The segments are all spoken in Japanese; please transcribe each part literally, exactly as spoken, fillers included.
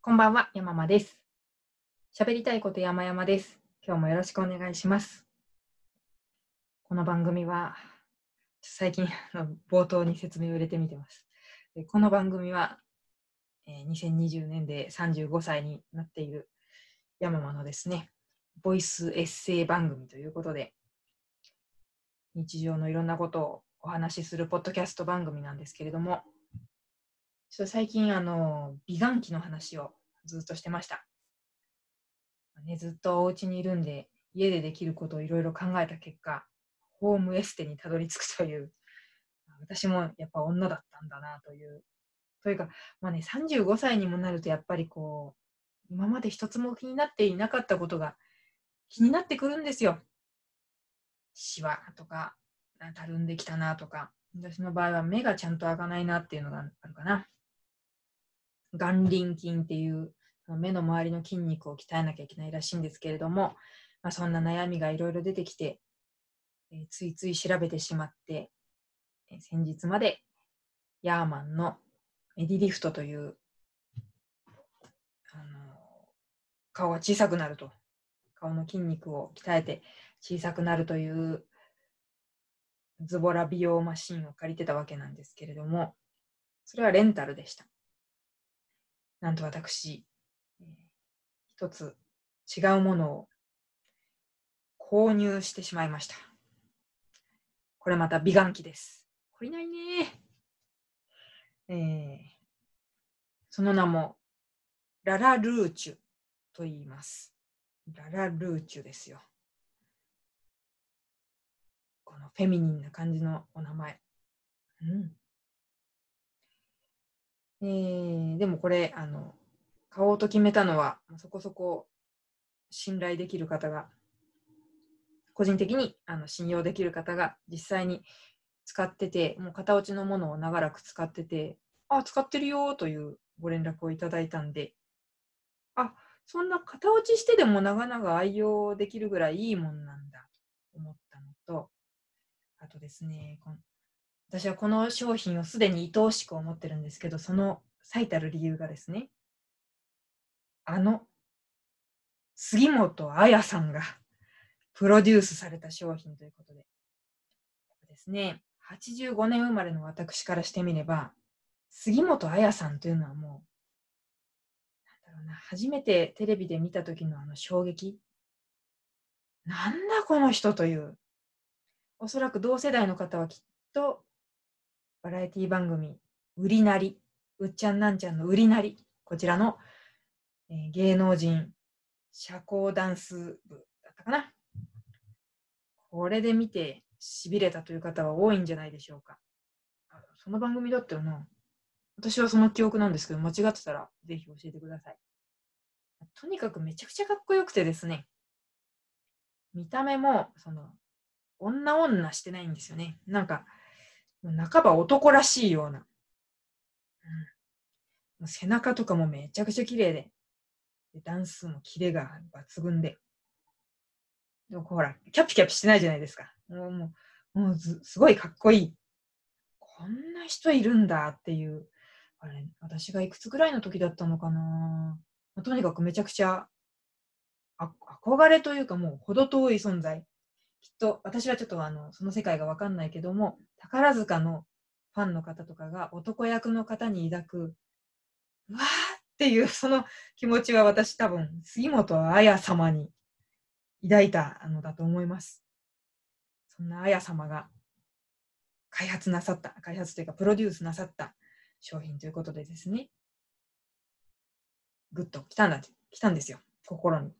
こんばんは、山間です。喋りたいこと山々です。今日もよろしくお願いします。この番組は、最近冒頭に説明を入れてみてます。でこの番組は、えー、にせんにじゅうねんでさんじゅうごさいになっている山間のですね、ボイスエッセイ番組ということで、日常のいろんなことをお話しするポッドキャスト番組なんですけれども、ちょっと最近あの美顔器の話をずっとしてました。ね、ずっとお家にいるんで、家でできることをいろいろ考えた結果、ホームエステにたどり着くという、私もやっぱ女だったんだなという。というか、まあね、さんじゅうごさいにもなるとやっぱりこう、今まで一つも気になっていなかったことが気になってくるんですよ。シワとか、たるんできたなとか、私の場合は目がちゃんと開かないなっていうのがあるかな。眼輪筋っていう目の周りの筋肉を鍛えなきゃいけないらしいんですけれども、まあ、そんな悩みがいろいろ出てきて、えー、ついつい調べてしまって、えー、先日までヤーマンのエディリフトという、あのー顔が小さくなると、顔の筋肉を鍛えて小さくなるというズボラ美容マシンを借りてたわけなんですけれども、それはレンタルでした。なんと私、えー、一つ違うものを購入してしまいました。これまた美顔器です。懲りないね。えー、その名もララルーチュと言います。ララルーチュですよ。このフェミニンな感じのお名前。うん。えー、でもこれ、あの、買おうと決めたのは、そこそこ信頼できる方が、個人的にあの信用できる方が実際に使ってて、もう型落ちのものを長らく使ってて、あ、使ってるよというご連絡をいただいたんで、あ、そんな型落ちしてでも長々愛用できるぐらいいいもんなんだと思ったのと、あとですね、この私はこの商品をすでに愛おしく思ってるんですけど、その最たる理由がですね、あの杉本彩さんがプロデュースされた商品ということでですね、はちじゅうごねん生まれの私からしてみれば、杉本彩さんというのはもう、なんだろうな、初めてテレビで見た時のあの衝撃、なんだこの人という、おそらく同世代の方はきっとバラエティ番組、売りなり、うっちゃんなんちゃんの売りなり、こちらの、えー、芸能人社交ダンス部だったかな。これで見て痺れたという方は多いんじゃないでしょうか。その番組だったよな。私はその記憶なんですけど、間違ってたらぜひ教えてください。とにかくめちゃくちゃかっこよくてですね、見た目も、その、女女してないんですよね。なんか、半ば男らしいような。うん、背中とかもめちゃくちゃ綺麗で、でダンスもキレが抜群で。でもほら、キャピキャピしてないじゃないですか。もう、もう、もうすごいかっこいい。こんな人いるんだっていう。あれ、私がいくつぐらいの時だったのかな。とにかくめちゃくちゃ憧れというかもう程遠い存在。きっと私はちょっとあのその世界が分かんないけども、宝塚のファンの方とかが男役の方に抱くうわーっていうその気持ちは私多分杉本彩様に抱いたのだと思います。そんな彩様が開発なさった開発というかプロデュースなさった商品ということでですね、グッと来たんだ来たんですよ、心に。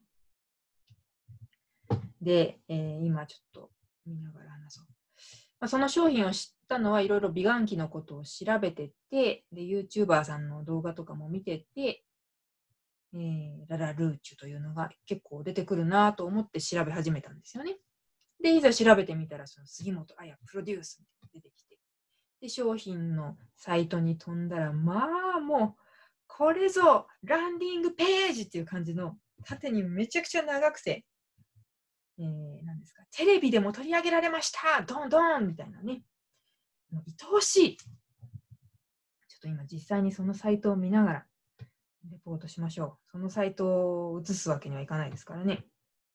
で、えー、今ちょっと見ながら話そう。まあ、その商品を知ったのはいろいろ美顔器のことを調べてて、で、YouTuber さんの動画とかも見てて、えー、ララルーチュというのが結構出てくるなと思って調べ始めたんですよね。で、いざ調べてみたら、その杉本彩プロデュースみたいなのが出てきて、で、商品のサイトに飛んだら、まあもう、これぞランディングページっていう感じの縦にめちゃくちゃ長くて、えー、何ですか、テレビでも取り上げられましたドンドンみたいなね。もう愛おしい。ちょっと今実際にそのサイトを見ながら、 レポートしましょう。そのサイトを移すわけにはいかないですからね。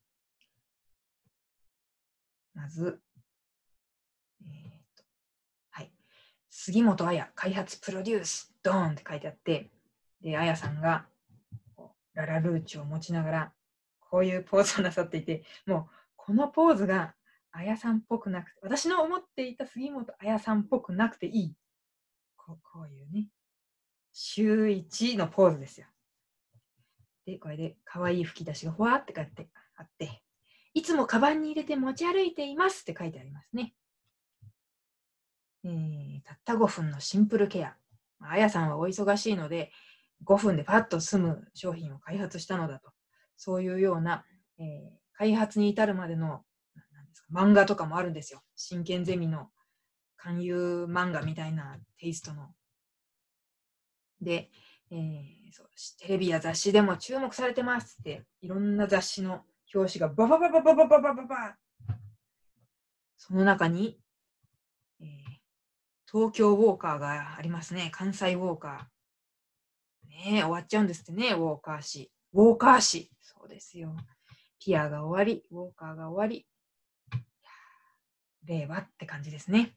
まず、えーとはい、杉本彩開発プロデュースドーンって書いてあって、で、彩さんがララルーチを持ちながら、こういうポーズをなさっていて、もうこのポーズが彩さんっぽくなくて、私の思っていた杉本彩さんっぽくなくていい。こうこういうね、週一のポーズですよ。で、これで可愛い吹き出しがふわーって書いてあって、いつもカバンに入れて持ち歩いていますって書いてありますね。えー、たったごふんのシンプルケア。あやさんはお忙しいので、ごふんでパッと済む商品を開発したのだと。そういうような、えー、開発に至るまでのなんですか漫画とかもあるんですよ。真剣ゼミの勧誘漫画みたいなテイストの。で、えー、そうテレビや雑誌でも注目されてますって、いろんな雑誌の表紙がババババババババババその中に、えー、東京ウォーカーがありますね。関西ウォーカー。ねえ、終わっちゃうんですってね、ウォーカー誌。ウォーカー誌。そうですよ。ピアが終わり、ウォーカーが終わり。令和って感じですね。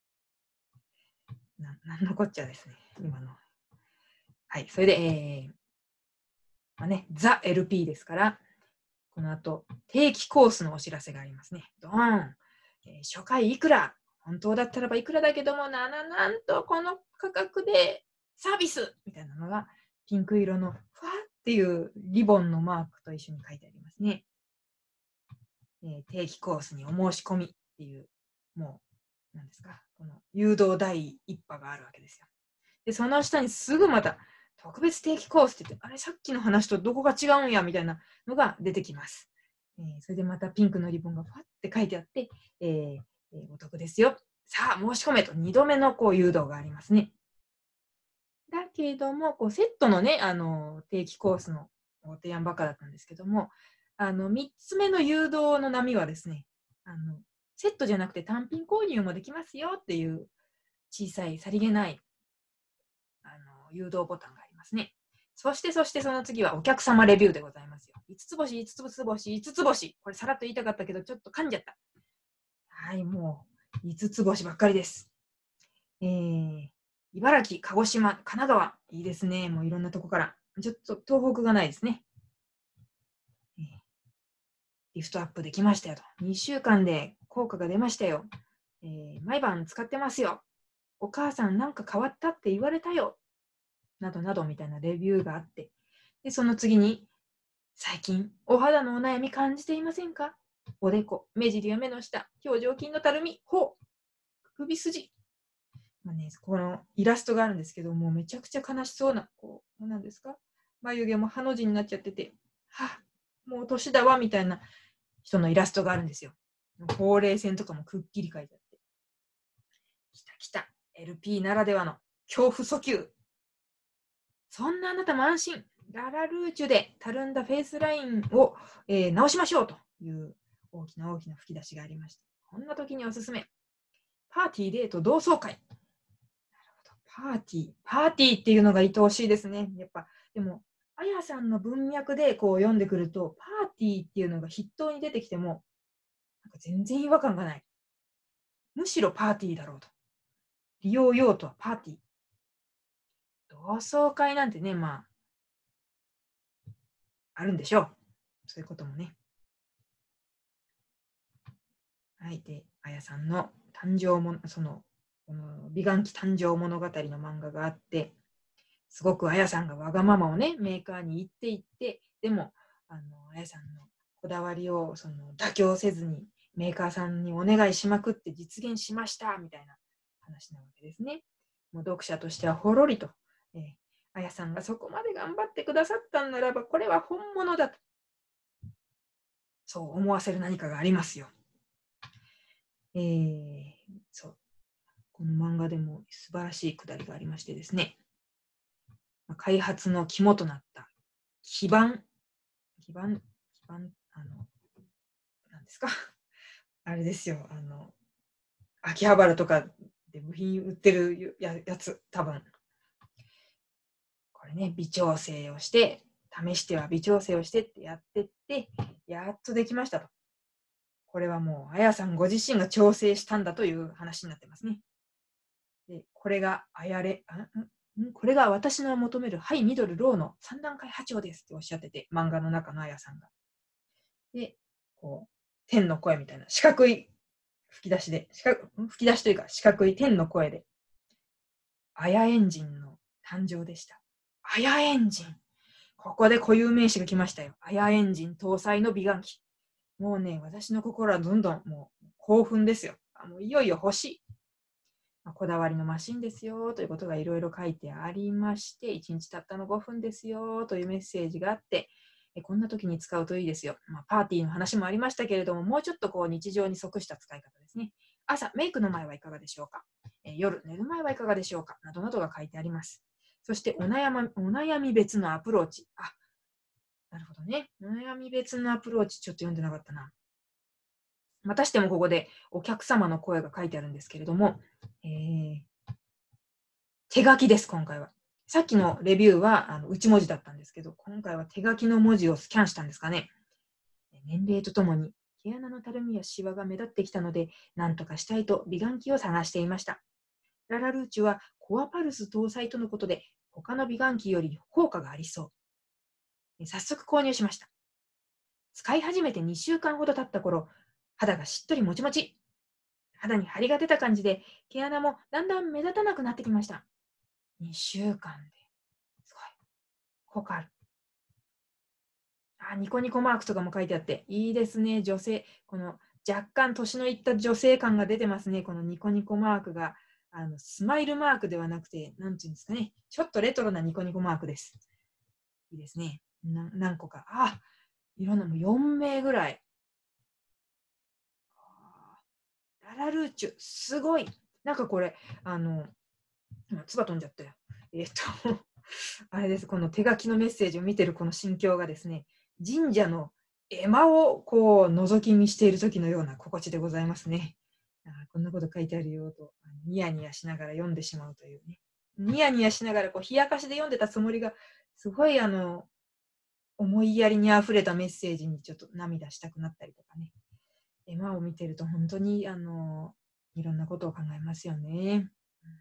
な、なんのこっちゃですね、今の。はい、それで、えー、まあね、ザ・ エルピー ですから、この後、定期コースのお知らせがありますね。ドーン、えー、初回いくら本当だったらばいくらだけどもな、な、なんとこの価格でサービスみたいなのが、ピンク色のふわっていうリボンのマークと一緒に書いてありますね。えー、定期コースにお申し込みっていう、もう、なんですか、この誘導第一波があるわけですよ。で、その下にすぐまた、特別定期コースって言って、あれ、さっきの話とどこが違うんやみたいなのが出てきます。えー、それでまたピンクのリボンがファって書いてあって、えーえー、お得ですよ。さあ、申し込めとにどめのこう誘導がありますね。だけども、こうセットのね、あの定期コースのご提案ばっかだったんですけども、あのみっつめの誘導の波はですね、あのセットじゃなくて単品購入もできますよっていう小さいさりげないあの誘導ボタンがありますね。そしてそしてその次はお客様レビューでございますよ。いつつ星、いつつ星、いつつ星。これさらっと言いたかったけどちょっと噛んじゃった。はい、もういつつ星ばっかりです。えー、茨城、鹿児島、神奈川。いいですね。もういろんなとこから。ちょっと東北がないですね。えー、リフトアップできましたよと。にしゅうかんで効果が出ましたよ。えー、毎晩使ってますよ。お母さんなんか変わったって言われたよ。などなどみたいなレビューがあって。で、その次に、最近お肌のお悩み感じていませんか？おでこ、目尻や目の下、表情筋のたるみ、頬、首筋。まあね、このイラストがあるんですけど、もうめちゃくちゃ悲しそうな、こう、なんですか、眉毛もハの字になっちゃってて、はあ、もう年だわみたいな人のイラストがあるんですよ。ほうれい線とかもくっきり書いてあって。きたきた、エルピー ならではの恐怖訴求。そんなあなたも安心。ララルーチュでたるんだフェイスラインを、えー、直しましょうという大きな大きな吹き出しがありまして、こんな時におすすめ。パーティー、デート、同窓会。パーティー、パーティーっていうのが愛おしいですね。やっぱ、でも、あやさんの文脈でこう読んでくると、パーティーっていうのが筆頭に出てきても、なんか全然違和感がない。むしろパーティーだろうと。利用用途はパーティー。同窓会なんてね、まあ、あるんでしょう。そういうこともね。はい。で、あやさんの誕生も、その、この美顔器誕生物語の漫画があって、すごくあやさんがわがままをね、メーカーに言っていって、でも、あの、あやさんのこだわりをその妥協せずにメーカーさんにお願いしまくって実現しましたみたいな話なわけですね。もう読者としてはほろりと、えー、あやさんがそこまで頑張ってくださったんならば、これは本物だと、そう思わせる何かがありますよ。えー、そう。この漫画でも素晴らしいくだりがありましてですね、開発の肝となった基盤、基盤、基盤、あの、なんですか、あれですよ、あの、秋葉原とかで部品売ってるややつ、多分。これね、微調整をして、試しては微調整をしてってやってって、やっとできましたと。これはもう、あやさんご自身が調整したんだという話になってますね。で、これが、あやれ、あんこれが私の求めるハイ、ミドル、ローのさん段階波長ですっておっしゃってて、漫画の中のあやさんが。で、こう、天の声みたいな、四角い吹き出しで、四角吹き出しというか四角い天の声で、あやエンジンの誕生でした。あやエンジン。ここで固有名詞が来ましたよ。あやエンジン搭載の美顔器。もうね、私の心はどんどんもう興奮ですよ。あもういよいよ欲しい。まあ、こだわりのマシンですよということがいろいろ書いてありまして、いちにちたったのごふんですよというメッセージがあって、えこんな時に使うといいですよ。まあ、パーティーの話もありましたけれども、もうちょっとこう日常に即した使い方ですね。朝、メイクの前はいかがでしょうか。え夜、寝る前はいかがでしょうかなどなどが書いてあります。そしてお悩み、お悩み別のアプローチ。あ、なるほどね。お悩み別のアプローチ、ちょっと読んでなかったな。またしてもここでお客様の声が書いてあるんですけれども、えー、手書きです、今回は。さっきのレビューはあの内文字だったんですけど、今回は手書きの文字をスキャンしたんですかね。年齢とともに毛穴のたるみやシワが目立ってきたので、何とかしたいと美顔器を探していました。ララルーチュはコアパルス搭載とのことで、他の美顔器より効果がありそう。早速購入しました。使い始めてにしゅうかんほど経った頃、肌がしっとりもちもち。肌に張りが出た感じで、毛穴もだんだん目立たなくなってきました。にしゅうかんで。すごい。効果ある。あ、ニコニコマークとかも書いてあって、いいですね、女性。この若干年のいった女性感が出てますね、このニコニコマークが。あのスマイルマークではなくて、なんていうんですかね、ちょっとレトロなニコニコマークです。いいですね。な何個か。あ、いろんなもうよんめいぐらい。ララルーチュ、すごい。なんかこれ、あの、唾飛んじゃったよ。えっと、あれです、この手書きのメッセージを見てるこの心境がですね、神社の絵馬をこう覗き見している時のような心地でございますね。あこんなこと書いてあるよと、ニヤニヤしながら読んでしまうというね。ニヤニヤしながらこう冷やかしで読んでたつもりが、すごいあの、思いやりにあふれたメッセージにちょっと涙したくなったりとかね。絵馬を見てると本当にあの、いろんなことを考えますよね。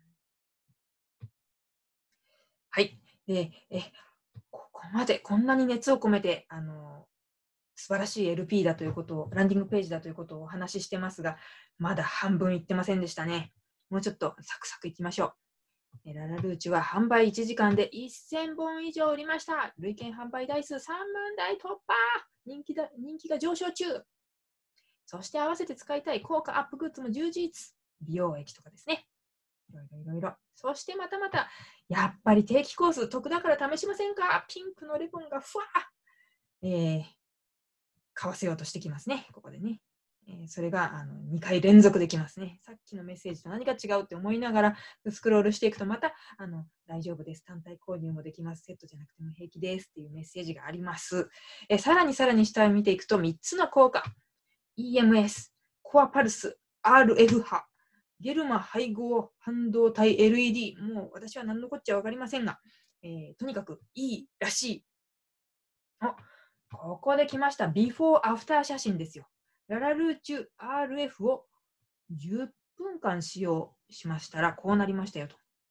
はい。で、え、ここまで、こんなに熱を込めて、あの、素晴らしい エルピー だということを、ランディングページだということをお話ししてますが、まだ半分いってませんでしたね。もうちょっとサクサクいきましょう。ララルーチは販売いちじかんでせんぼん以上売りました。累計販売台数さんまんだい突破。人気だ人気が上昇中。そして合わせて使いたい効果アップグッズも充実。美容液とかですね。いろいろいろいろ。そしてまたまた、やっぱり定期コース得だから試しませんか。ピンクのレボンがふわー、えー、買わせようとしてきますね、ここでね。えー、それがあのにかい連続できますね。さっきのメッセージと何か違うって思いながらスクロールしていくと、またあの大丈夫です。単体購入もできます。セットじゃなくても平気ですっていうメッセージがあります。えー、さらにさらに下を見ていくとみっつの効果。イーエムエス、コアパルス、アールエフ 波、ゲルマ配合半導体 エルイーディー。もう私は何のこっちゃわかりませんが、えー、とにかくいいらしい。あ、ここで来ました。ビフォーアフター写真ですよ。ララルーチュ アールエフ をじゅっぷんかん使用しましたら、こうなりましたよと。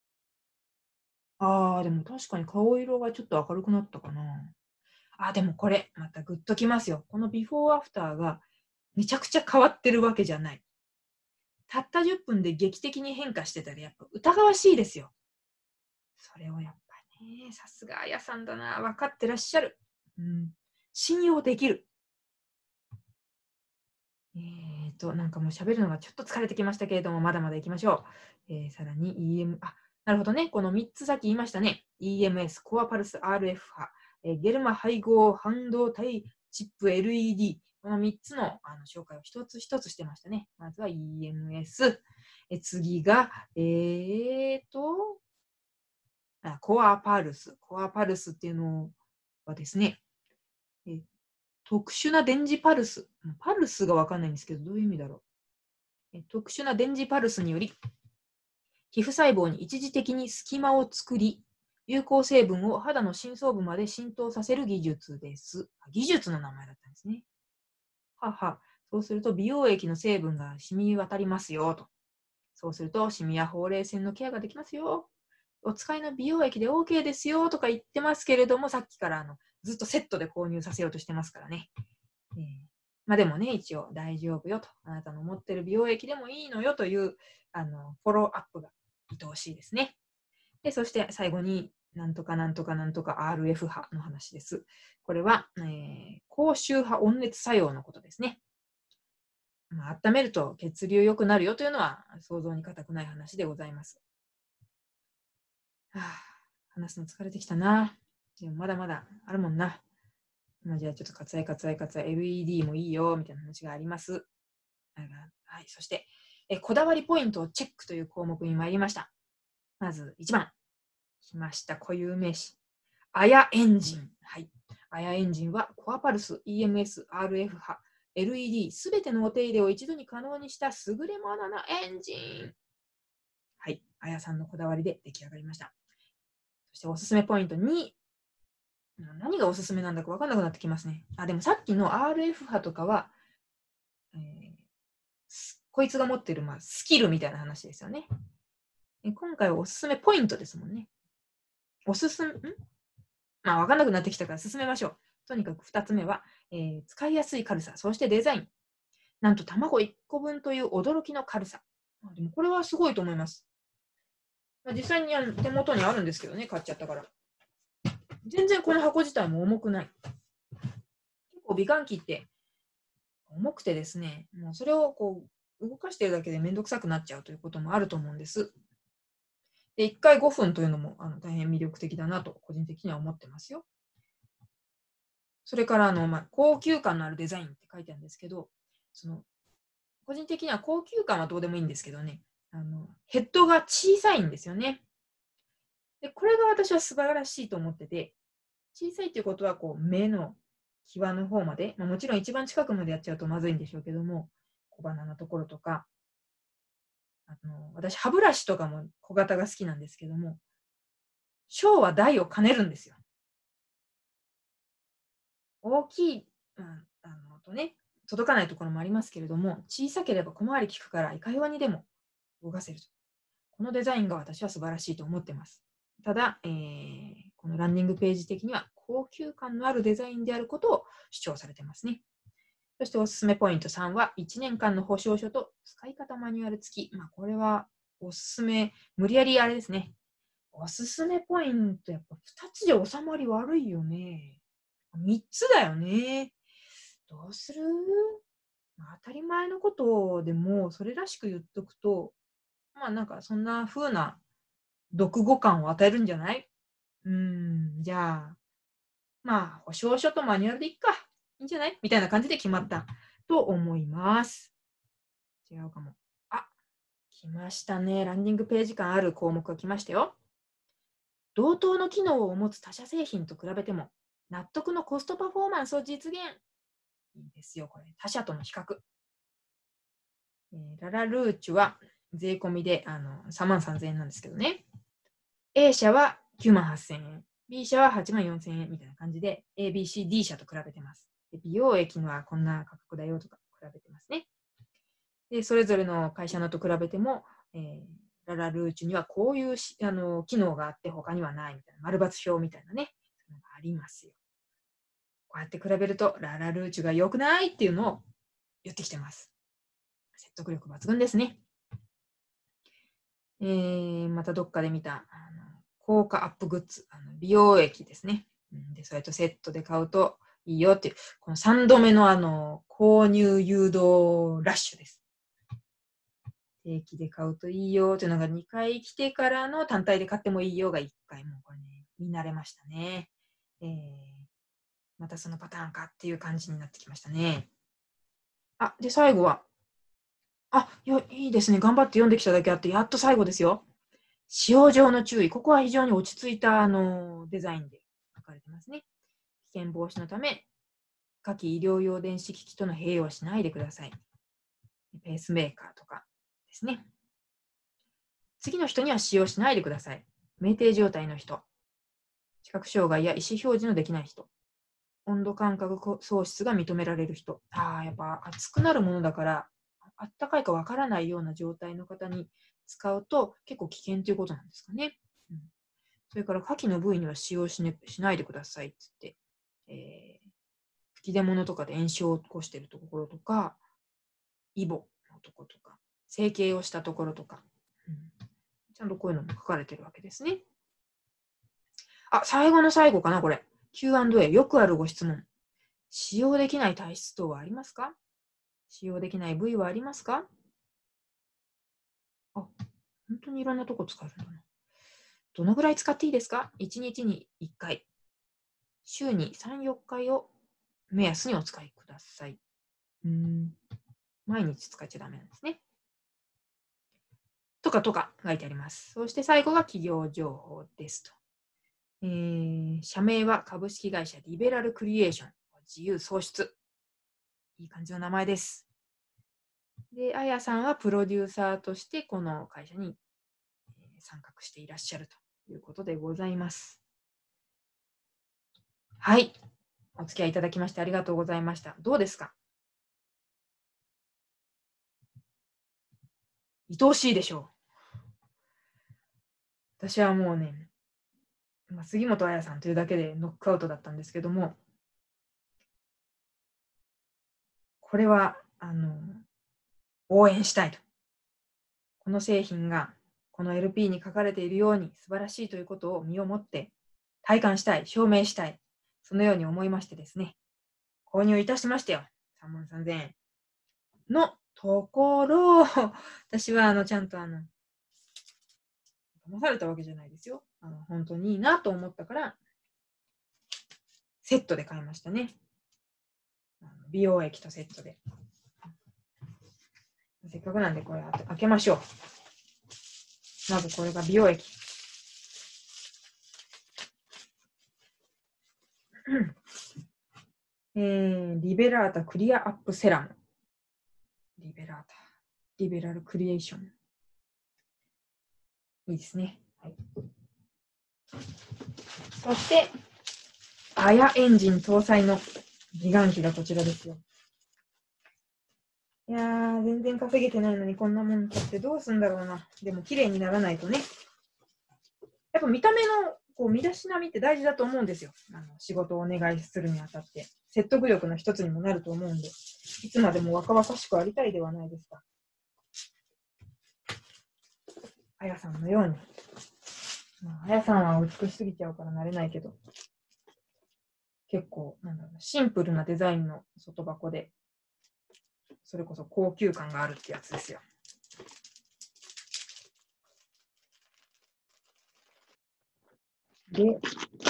あー、でも確かに顔色がちょっと明るくなったかな。あ、でもこれ、またグッときますよ。このビフォーアフターがめちゃくちゃ変わってるわけじゃない。たったじゅっぷんで劇的に変化してたらやっぱ疑わしいですよ。それをやっぱね、さすがあやさんだな。分かってらっしゃる。うん、信用できる。えっと、なんかもう喋るのがちょっと疲れてきましたけれども、まだまだ行きましょう。えー、さらに イーエム、あ、なるほどね。このみっつさっき言いましたね。イーエムエス、コアパルス アールエフ 波、えー、ゲルマ配合半導体チップ エルイーディー。このみっつのあの紹介を一つ一つしてましたね。まずは イーエムエス。え次が、えーと、あコアパルス。コアパルスっていうのはですね、え特殊な電磁パルス。パルスがわかんないんですけど、どういう意味だろう。え特殊な電磁パルスにより、皮膚細胞に一時的に隙間を作り、 有効成分を肌の深層部まで浸透させる技術です。技術の名前だったんですね。はは。そうすると美容液の成分が染み渡りますよと。そうするとシミやほうれい線のケアができますよ。お使いの美容液で OK ですよとか言ってますけれども、さっきからあのずっとセットで購入させようとしてますからね。えーまあ、でもね、一応大丈夫よと。あなたの持ってる美容液でもいいのよというあのフォローアップが愛おしいですね。で、そして最後に、なんとかなんとかなんとか アールエフ 波の話です。これは、えー、高周波温熱作用のことですね。まあ、温めると血流良くなるよというのは想像に難くない話でございます。はあ、話すの疲れてきたな。でもまだまだあるもんな。まあ、じゃあちょっと割愛割愛割愛 エルイーディー もいいよみたいな話があります。はい、そしてえこだわりポイントをチェックという項目に参りました。まずいちばん。来ました。固有名詞。アヤエンジン。はい。アヤエンジンはコアパルス、イーエムエス、アールエフ 波、エルイーディー すべてのお手入れを一度に可能にした優れもののエンジン。はい。アヤさんのこだわりで出来上がりました。そしておすすめポイントに。何がおすすめなんだか分かんなくなってきますね。あ、でもさっきの アールエフ 波とかは、えー、こいつが持ってる、まあ、スキルみたいな話ですよね。今回はおすすめポイントですもんね。おすすめ、んまあ、分かんなくなってきたから進めましょう。とにかくふたつめは、えー、使いやすい軽さ、そしてデザイン。なんと卵いっこぶんという驚きの軽さ。でもこれはすごいと思います。まあ、実際に手元にあるんですけどね、買っちゃったから。全然この箱自体も重くない。結構美顔器って重くてですね、もうそれをこう動かしてるだけでめんどくさくなっちゃうということもあると思うんです。で、いっかいごふんというのもあの大変魅力的だなと個人的には思ってますよ。それからあの、まあ、高級感のあるデザインって書いてあるんですけど、その個人的には高級感はどうでもいいんですけどね、あのヘッドが小さいんですよね。で、これが私は素晴らしいと思ってて、小さいっていうことはこう目の際の方まで、まあ、もちろん一番近くまでやっちゃうとまずいんでしょうけども、小鼻のところとか、あの私歯ブラシとかも小型が好きなんですけども、小は大を兼ねるんですよ。大きい、うん、あのとね、届かないところもありますけれども、小さければ小回り利くからいかようにでも動かせると。このデザインが私は素晴らしいと思ってます。ただ、えー、このランディングページ的には高級感のあるデザインであることを主張されてますね。そしておすすめポイントさんはいちねんかんの保証書と使い方マニュアル付き。まあ、これはおすすめ、無理やりあれですね。おすすめポイント、やっぱふたつじゃ収まり悪いよね。みっつだよね。どうする？まあ、当たり前のことでも、それらしく言っとくと、まあなんかそんな風な読後感を与えるんじゃない？うーん、じゃあ、まあ、保証書とマニュアルでいっか。いいんじゃない？みたいな感じで決まったと思います。違うかも。あ、来ましたね。ランディングページ感ある項目が来ましたよ。同等の機能を持つ他社製品と比べても、納得のコストパフォーマンスを実現。いいですよ、これ。他社との比較。えー、ララルーチュは税込みであのさんまんさんぜんえんなんですけどね。A 社はきゅうまんはっせんえん、B 社ははちまんよんせんえんみたいな感じで A、B、C、D 社と比べてます。で美容液のはこんな価格だよとか比べてますね。でそれぞれの会社のと比べても、えー、ララルーチュにはこういうあの機能があって他にはないみたいな丸抜表みたいなね、そういうのがありますよ。こうやって比べるとララルーチュが良くないっていうのを言ってきてます。説得力抜群ですね。えー、またどっかで見たあの効果アップグッズ、あの美容液ですね。でそれとセットで買うといいよっていう、このさんどめのあの購入誘導ラッシュです。定期で買うといいよというのがにかい来てからの単体で買ってもいいよがいっかい、もうこれね、見慣れましたね。えー、またそのパターンかっていう感じになってきましたね。あ、で最後は、あ、いや、いいですね。頑張って読んできただけあって、やっと最後ですよ。使用上の注意。ここは非常に落ち着いたあのデザインで書かれてますね。危険防止のため、下記医療用電子機器との併用はしないでください。ペースメーカーとかですね。次の人には使用しないでください。酩酊状態の人。 視覚障害や意思表示のできない人、温度感覚喪失が認められる人、ああ、やっぱ熱くなるものだから、あったかいかわからないような状態の方に使うと結構危険ということなんですかね。うん、それから下記の部位には使用し,、ね、しないでくださいって言って、えー、吹き出物とかで炎症を起こしているところとか、イボのところとか、整形をしたところとか、うん、ちゃんとこういうのも書かれてるわけですね。あ、最後の最後かな、これ。キューアンドエー、よくあるご質問。使用できない体質等はありますか？使用できない部位はありますか？あ、本当にいろんなとこ使えるんだな。どのぐらい使っていいですか？ いち 日にいっかい。週にさん、よっかいを目安にお使いください。うーん。毎日使っちゃダメなんですね。とかとか書いてあります。そして最後が企業情報ですと。えー、社名は株式会社リベラルクリエーション。自由創出。いい感じの名前です。で、あやさんはプロデューサーとしてこの会社に参画していらっしゃるということでございます。はい。お付き合いいただきましてありがとうございました。どうですか？愛おしいでしょう。私はもうね、まあ、杉本彩さんというだけでノックアウトだったんですけども、これは、あの、応援したいと。この製品が、この エルピー に書かれているように素晴らしいということを身をもって体感したい、証明したい。そのように思いましてですね、購入いたしましたよ。さんまんさんぜんえんのところ、私はあのちゃんとあの、騙されたわけじゃないですよ。あの本当にいいなと思ったから、セットで買いましたね。あの美容液とセットで。せっかくなんでこれ開けましょう。まずこれが美容液。えー、リベラータクリアアップセラム。リベラータ。リベラルクリエーション。いいですね。はい、そして、アヤエンジン搭載の美顔器がこちらですよ。いやー、全然稼げてないのにこんなもん買ってどうすんだろうな。でも綺麗にならないとね。やっぱ見た目のこう身だしなみって大事だと思うんですよ。あの仕事をお願いするにあたって。説得力の一つにもなると思うんで、いつまでも若々しくありたいではないですか。あやさんのように。まあ、あやさんは美しすぎちゃうからなれないけど、結構なんだろう、シンプルなデザインの外箱で、それこそ高級感があるってやつですよ。で、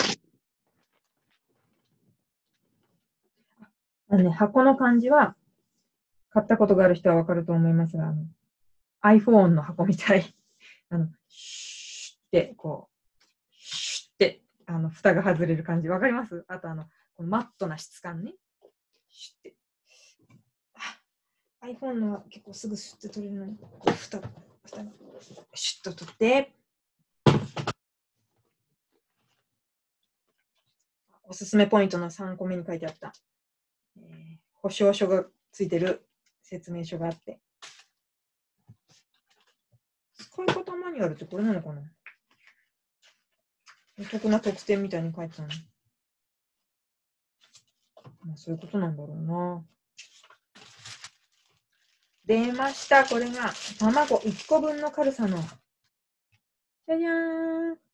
あのね、箱の感じは、買ったことがある人はわかると思いますが、あの iPhone の箱みたい。あの、シュッって、こう、シュッって、あの、蓋が外れる感じ。わかります？あと、あの、このマットな質感ね。シュッって。iPhone のは結構すぐシュッて取れるのに、こう蓋、蓋がシュッと取って、おすすめポイントのさんこめに書いてあった、えー、保証書がついてる説明書があって、使い方マニュアルってこれなのかな？お得な特典みたいに書いてあるの。まあ、そういうことなんだろうな。出ました。これが卵いっこぶんの軽さの。じゃじゃーん。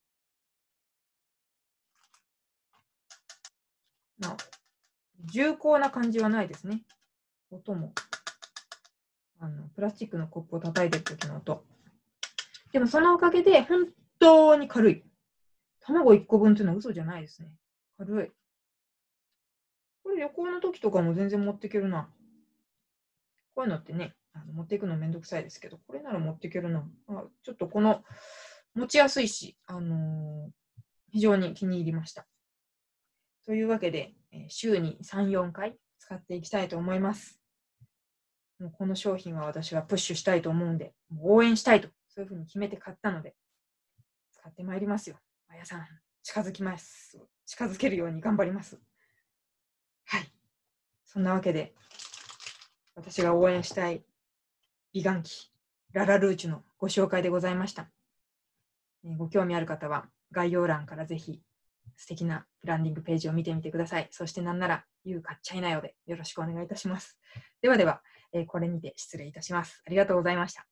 まあ、重厚な感じはないですね。音も。あのプラスチックのコップを叩いてる時の音。でもそのおかげで本当に軽い。卵いっこぶんっていうのは嘘じゃないですね。軽い。これ旅行の時とかも全然持っていけるな。こういうのってね、あの持っていくのめんどくさいですけど、これなら持っていけるな。あ、ちょっとこの持ちやすいし、あのー、非常に気に入りました。というわけで、えー、週にさん、よんかい使っていきたいと思います。もうこの商品は私はプッシュしたいと思うんで、もう応援したいと、そういうふうに決めて買ったので、使ってまいりますよ。あやさん、 近づきます。近づけるように頑張ります。はい。そんなわけで、私が応援したい美顔器、ララルーチュのご紹介でございました。ご興味ある方は概要欄からぜひ素敵なブランディングページを見てみてください。そしてなんなら、You買っちゃいなよでよろしくお願いいたします。ではでは、これにて失礼いたします。ありがとうございました。